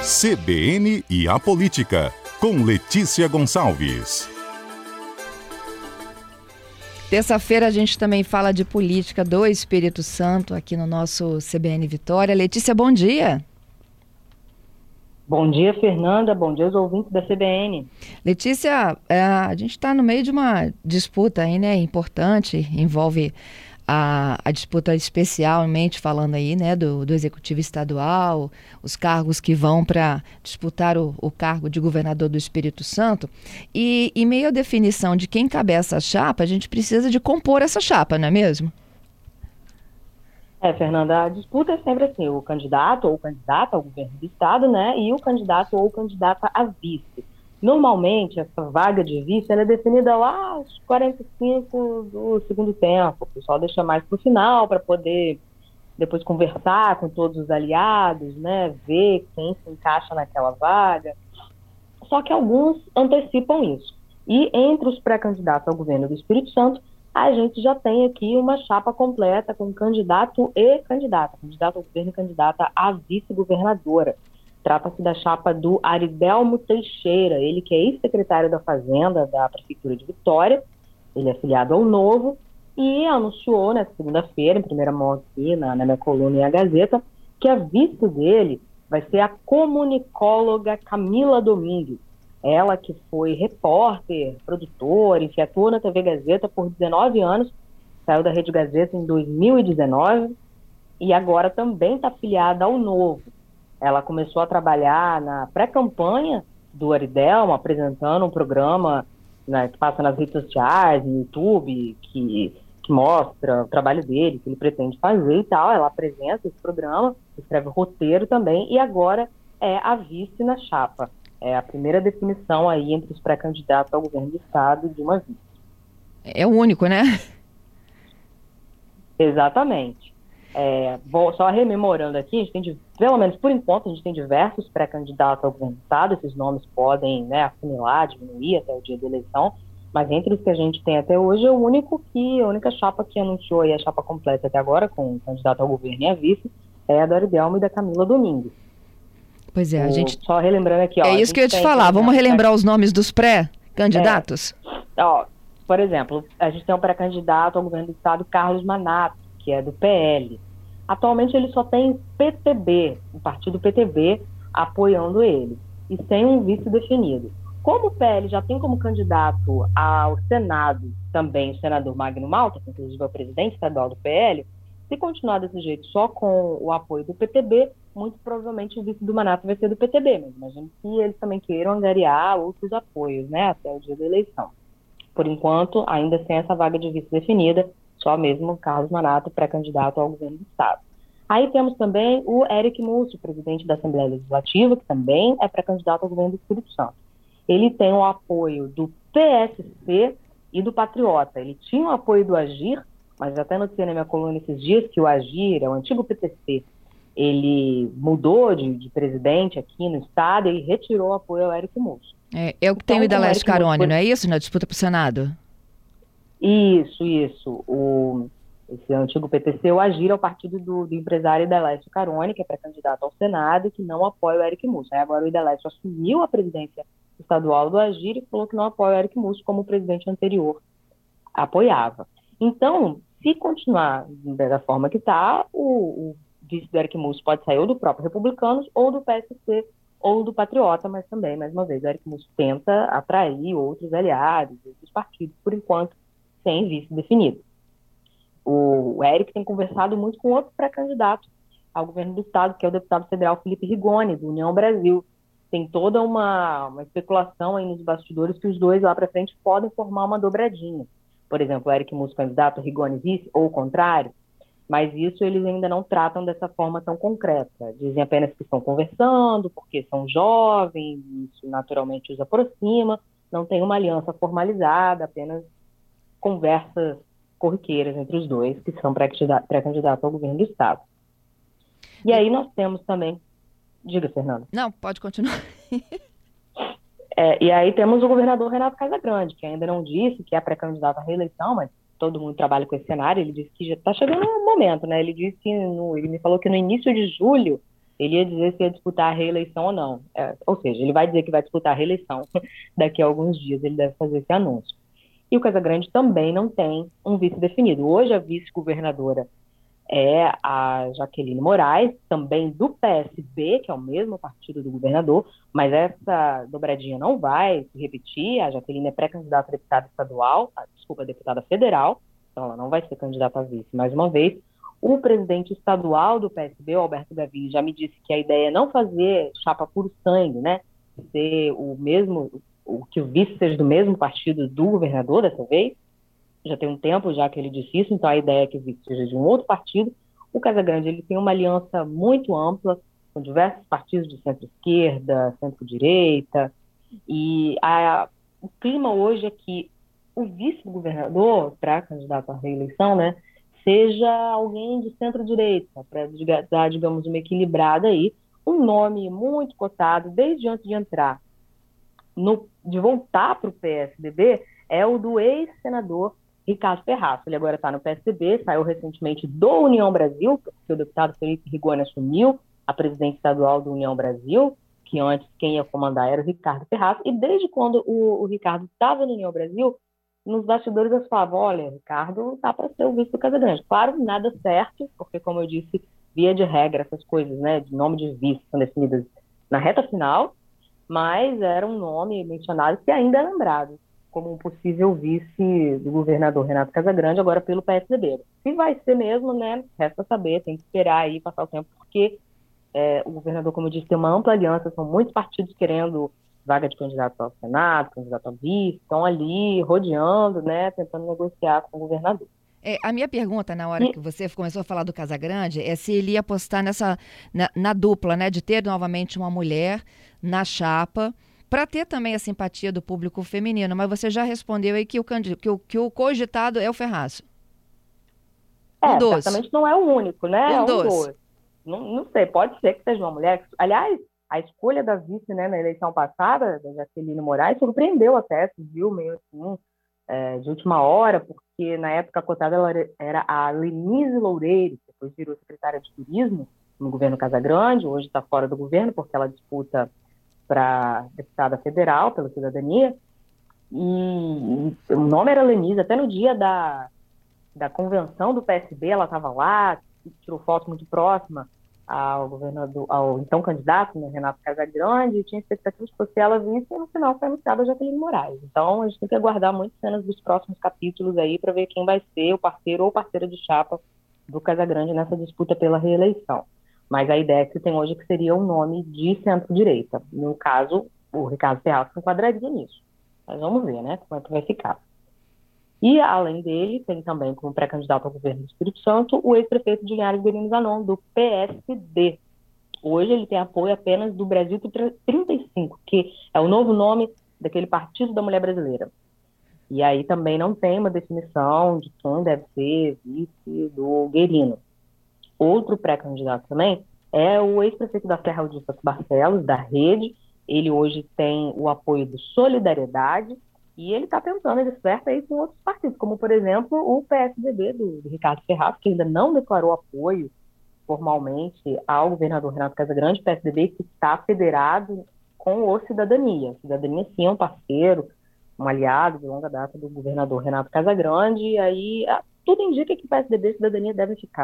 CBN e a Política, com Letícia Gonçalves. Terça-feira a gente também fala de política do Espírito Santo aqui no nosso CBN Vitória. Letícia, bom dia. Bom dia, Fernanda. Bom dia aos ouvintes da CBN. Letícia, a gente está no meio de uma disputa aí, né, importante, envolve a disputa especialmente falando aí, né, do Executivo Estadual, os cargos que vão para disputar o cargo de governador do Espírito Santo. E em meio à definição de quem encabeça a chapa, a gente precisa de compor essa chapa, não é mesmo? Fernanda, a disputa é sempre assim, o candidato ou candidata ao governo do estado, né, e o candidato ou candidata a vice. Normalmente, essa vaga de vice ela é definida lá aos 45 do segundo tempo. O pessoal deixa mais para o final para poder depois conversar com todos os aliados, né, ver quem se encaixa naquela vaga. Só que alguns antecipam isso. E entre os pré-candidatos ao governo do Espírito Santo, a gente já tem aqui uma chapa completa com candidato e candidata. Candidato ao governo e candidata a vice-governadora. Trata-se da chapa do Aridelmo Teixeira, ele que é ex-secretário da Fazenda da Prefeitura de Vitória, ele é afiliado ao Novo, e anunciou nessa segunda-feira, em primeira mão aqui na minha coluna em A Gazeta, que a vice dele vai ser a comunicóloga Camila Domingues. Ela que foi repórter, produtora, enfim, atuou na TV Gazeta por 19 anos, saiu da Rede Gazeta em 2019 e agora também está afiliada ao Novo. Ela começou a trabalhar na pré-campanha do Aridelmo, apresentando um programa, né, que passa nas redes sociais, no YouTube, que mostra o trabalho dele, que ele pretende fazer e tal. Ela apresenta esse programa, escreve o roteiro também, e agora é a vice na chapa. É a primeira definição aí entre os pré-candidatos ao governo do estado de uma vice. É o único, né? Exatamente. Só rememorando aqui, a gente tem, pelo menos por enquanto, a gente tem diversos pré-candidatos ao governo do estado, esses nomes podem, né, afunilar, diminuir até o dia da eleição, mas entre os que a gente tem até hoje, a única chapa que anunciou aí a chapa completa até agora, com o candidato ao governo e a vice, é a do Aridelmo e da Camila Domingues. Pois é, a gente... Só relembrando aqui, ó... É isso que eu ia te falar, vamos relembrar os nomes dos pré-candidatos? Por exemplo, a gente tem um pré-candidato ao governo do estado, Carlos Manato, que é do PL. Atualmente ele só tem PTB, o partido PTB, apoiando ele, e sem um vice definido. Como o PL já tem como candidato ao Senado também o senador Magno Malta, que inclusive é o presidente estadual do PL, se continuar desse jeito só com o apoio do PTB, muito provavelmente o vice do Manato vai ser do PTB, mas imagino que eles também queiram angariar outros apoios, né, até o dia da eleição. Por enquanto, ainda sem essa vaga de vice definida, só mesmo Carlos Manato, pré-candidato ao governo do estado. Aí temos também o Eric Múcio, presidente da Assembleia Legislativa, que também é pré-candidato ao governo do Espírito Santo. Ele tem o apoio do PSC e do Patriota. Ele tinha o apoio do Agir, mas até noticiei na minha coluna esses dias que o Agir, é o antigo PTC, ele mudou de presidente aqui no estado e retirou o apoio ao Eric Múcio. É o que tem o Idalécio Caroni, não é isso? Na disputa para o Senado? Isso. Esse antigo PTC, o Agir, é o partido do empresário Idalécio Caroni, que é pré-candidato ao Senado e que não apoia o Eric Múcio. Aí agora o Idalécio assumiu a presidência estadual do Agir e falou que não apoia o Eric Múcio, como o presidente anterior apoiava. Então, se continuar da forma que está, o vice do Eric Múcio pode sair ou do próprio Republicanos, ou do PSC, ou do Patriota, mas também, mais uma vez, o Eric Múcio tenta atrair outros aliados, outros partidos, por enquanto, sem vice definido. O Eric tem conversado muito com outro pré-candidato ao governo do estado, que é o deputado federal Felipe Rigoni, do União Brasil. Tem toda uma especulação aí nos bastidores que os dois lá para frente podem formar uma dobradinha. Por exemplo, o Eric Múcio candidato, Rigoni vice, ou o contrário, mas isso eles ainda não tratam dessa forma tão concreta. Dizem apenas que estão conversando, porque são jovens, isso naturalmente os aproxima, não tem uma aliança formalizada, apenas conversas corriqueiras entre os dois, que são pré-candidatos ao governo do estado. E aí nós temos também... Diga, Fernanda. Não, pode continuar. E aí temos o governador Renato Casagrande, que ainda não disse que é pré-candidato à reeleição, mas todo mundo trabalha com esse cenário. Ele disse que já está chegando o momento, né? Ele me falou que no início de julho ele ia dizer se ia disputar a reeleição ou não. Ou seja, ele vai dizer que vai disputar a reeleição daqui a alguns dias, ele deve fazer esse anúncio. E o Casagrande também não tem um vice definido. Hoje a vice-governadora é a Jaqueline Moraes, também do PSB, que é o mesmo partido do governador, mas essa dobradinha não vai se repetir. A Jaqueline é pré-candidata a deputada estadual, deputada federal, então ela não vai ser candidata a vice mais uma vez. O presidente estadual do PSB, o Alberto Gavi, já me disse que a ideia é não fazer chapa puro sangue, né? Ser o mesmo, que o vice seja do mesmo partido do governador dessa vez. Já tem um tempo já que ele disse isso, então a ideia é que o vice seja de um outro partido. O Casagrande, ele tem uma aliança muito ampla com diversos partidos de centro-esquerda, centro-direita, e o clima hoje é que o vice-governador, para candidato à reeleição, né, seja alguém de centro-direita, para dar, digamos, uma equilibrada aí. Um nome muito cotado, desde antes de entrar, de voltar para o PSDB, é o do ex-senador Ricardo Ferraz. Ele agora está no PSDB, saiu recentemente do União Brasil, porque o deputado Felipe Rigoni assumiu a presidência estadual do União Brasil, que antes quem ia comandar era o Ricardo Ferraz, e desde quando o Ricardo estava no União Brasil, nos bastidores eles falavam, olha, Ricardo está para ser o vice do Casagrande. Claro, nada certo, porque como eu disse, via de regra, essas coisas, né, de nome de vice são definidas na reta final, mas era um nome mencionado que ainda é lembrado como um possível vice do governador Renato Casagrande, agora pelo PSDB. Se vai ser mesmo, né, resta saber, tem que esperar aí, passar o tempo, porque o governador, como eu disse, tem uma ampla aliança, são muitos partidos querendo vaga de candidato ao Senado, candidato a vice, estão ali rodeando, né, tentando negociar com o governador. A minha pergunta, na hora que você começou a falar do Casagrande, é se ele ia apostar na dupla, né, de ter novamente uma mulher na chapa, para ter também a simpatia do público feminino. Mas você já respondeu aí que o cogitado é o Ferraz. Certamente não é o único, né? É um dos. Não sei, pode ser que seja uma mulher. Aliás, a escolha da vice, né, na eleição passada, da Jaqueline Moraes, surpreendeu até, se viu meio assim, de última hora, porque na época a cotada era a Lenise Loureiro, que depois virou secretária de turismo no governo Casagrande, hoje está fora do governo, porque ela disputa para deputada federal pela cidadania, e o nome era Lenise, até no dia da convenção do PSB ela estava lá, tirou foto muito próxima ao governador, ao então candidato, né, Renato Casagrande, e tinha expectativa de que fosse ela vice, e no final foi anunciada a Jaqueline Moraes. Então a gente tem que aguardar muitas cenas dos próximos capítulos aí para ver quem vai ser o parceiro ou parceira de chapa do Casagrande nessa disputa pela reeleição. Mas a ideia que tem hoje é que seria um nome de centro-direita. No caso, o Ricardo Ferraz se enquadraria nisso. Mas vamos ver, né, como é que vai ficar. E, além dele, tem também como pré-candidato ao governo do Espírito Santo o ex-prefeito de Linhares Berino Zanon, do PSD. Hoje ele tem apoio apenas do Brasil 35, que é o novo nome daquele Partido da Mulher Brasileira. E aí também não tem uma definição de quem deve ser vice do Guerino. Outro pré-candidato também é o ex-prefeito da Serra, Aldífas Barcelos, da Rede. Ele hoje tem o apoio do Solidariedade e ele está tentando, ele flerta aí com outros partidos, como, por exemplo, o PSDB do Ricardo Ferraz, que ainda não declarou apoio formalmente ao governador Renato Casagrande, PSDB que está federado com o Cidadania. Cidadania, sim, é um parceiro, um aliado de longa data do governador Renato Casagrande, e aí tudo indica que PSDB e Cidadania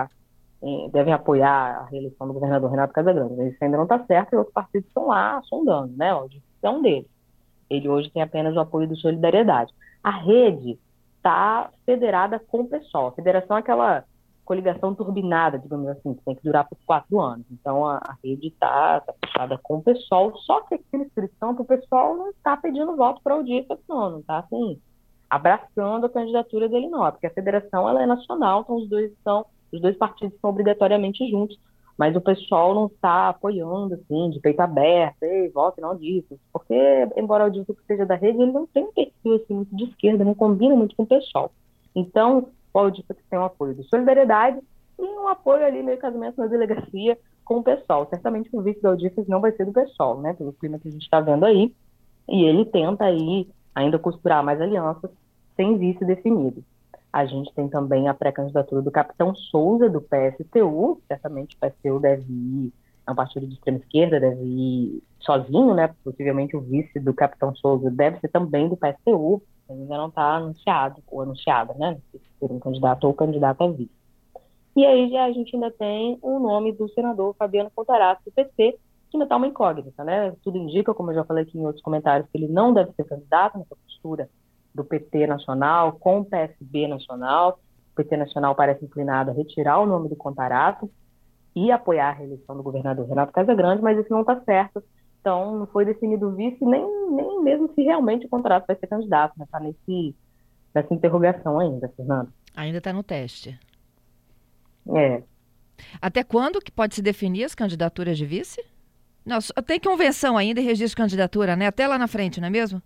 devem apoiar a reeleição do governador Renato Casagrande. Isso ainda não está certo, e outros partidos estão lá sondando, né? O é um deles. Ele hoje tem apenas o apoio do Solidariedade. A Rede está federada com o PSOL. A federação é aquela coligação turbinada, digamos assim, que tem que durar por 4 anos. Então, a Rede está fechada com o PSOL, só que aqui no Espírito Santo o PSOL não está pedindo voto para o Aldífas, não está assim, abraçando a candidatura dele, não. Porque a federação ela é nacional, então os dois partidos estão obrigatoriamente juntos, mas o pessoal não está apoiando, assim, de peito aberto, vote não Aldífas, porque, embora o Aldífas seja da Rede, ele não tem um perfil assim, muito de esquerda, não combina muito com o pessoal. Então, o Aldífas tem um apoio de Solidariedade e um apoio ali, meio casamento na delegacia com o pessoal. Certamente o vice do Aldífas não vai ser do pessoal, né, pelo clima que a gente está vendo aí, e ele tenta aí ainda costurar mais alianças sem vice definido. A gente tem também a pré-candidatura do Capitão Souza, do PSTU. Certamente o PSTU deve ir é um partido de extrema esquerda, deve ir sozinho, né? Possivelmente o vice do Capitão Souza deve ser também do PSTU, mas ainda não está anunciado, ou anunciada, né? Não sei se ser um candidato ou candidata a vice. E aí a gente ainda tem o nome do senador Fabiano Contarato, do PT, que ainda está uma incógnita, né? Tudo indica, como eu já falei aqui em outros comentários, que ele não deve ser candidato nessa postura do PT nacional com o PSB nacional. O PT nacional parece inclinado a retirar o nome do Contarato e apoiar a reeleição do governador Renato Casagrande, mas isso não está certo. Então, não foi definido o vice, nem mesmo se realmente o Contarato vai ser candidato, né? Está nessa interrogação ainda, Fernando. Ainda está no teste. É. Até quando que pode se definir as candidaturas de vice? Não, tem convenção ainda e registro de candidatura, né? Até lá na frente, não é mesmo?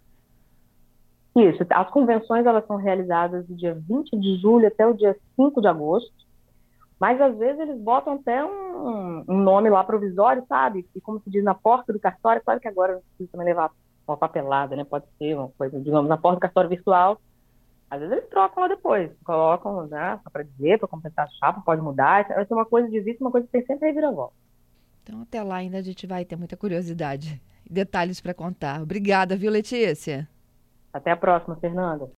Isso. As convenções elas são realizadas do dia 20 de julho até o dia 5 de agosto, mas às vezes eles botam até um nome lá provisório, sabe? E como se diz, na porta do cartório, claro que agora não precisa também levar uma papelada, né? Pode ser uma coisa, digamos, na porta do cartório virtual. Às vezes eles trocam lá depois, colocam, né, só para dizer, para completar a chapa, pode mudar. Vai ser uma coisa de vice, uma coisa que tem sempre reviravolta. Então, até lá ainda a gente vai ter muita curiosidade e detalhes para contar. Obrigada, viu, Letícia? Até a próxima, Fernanda.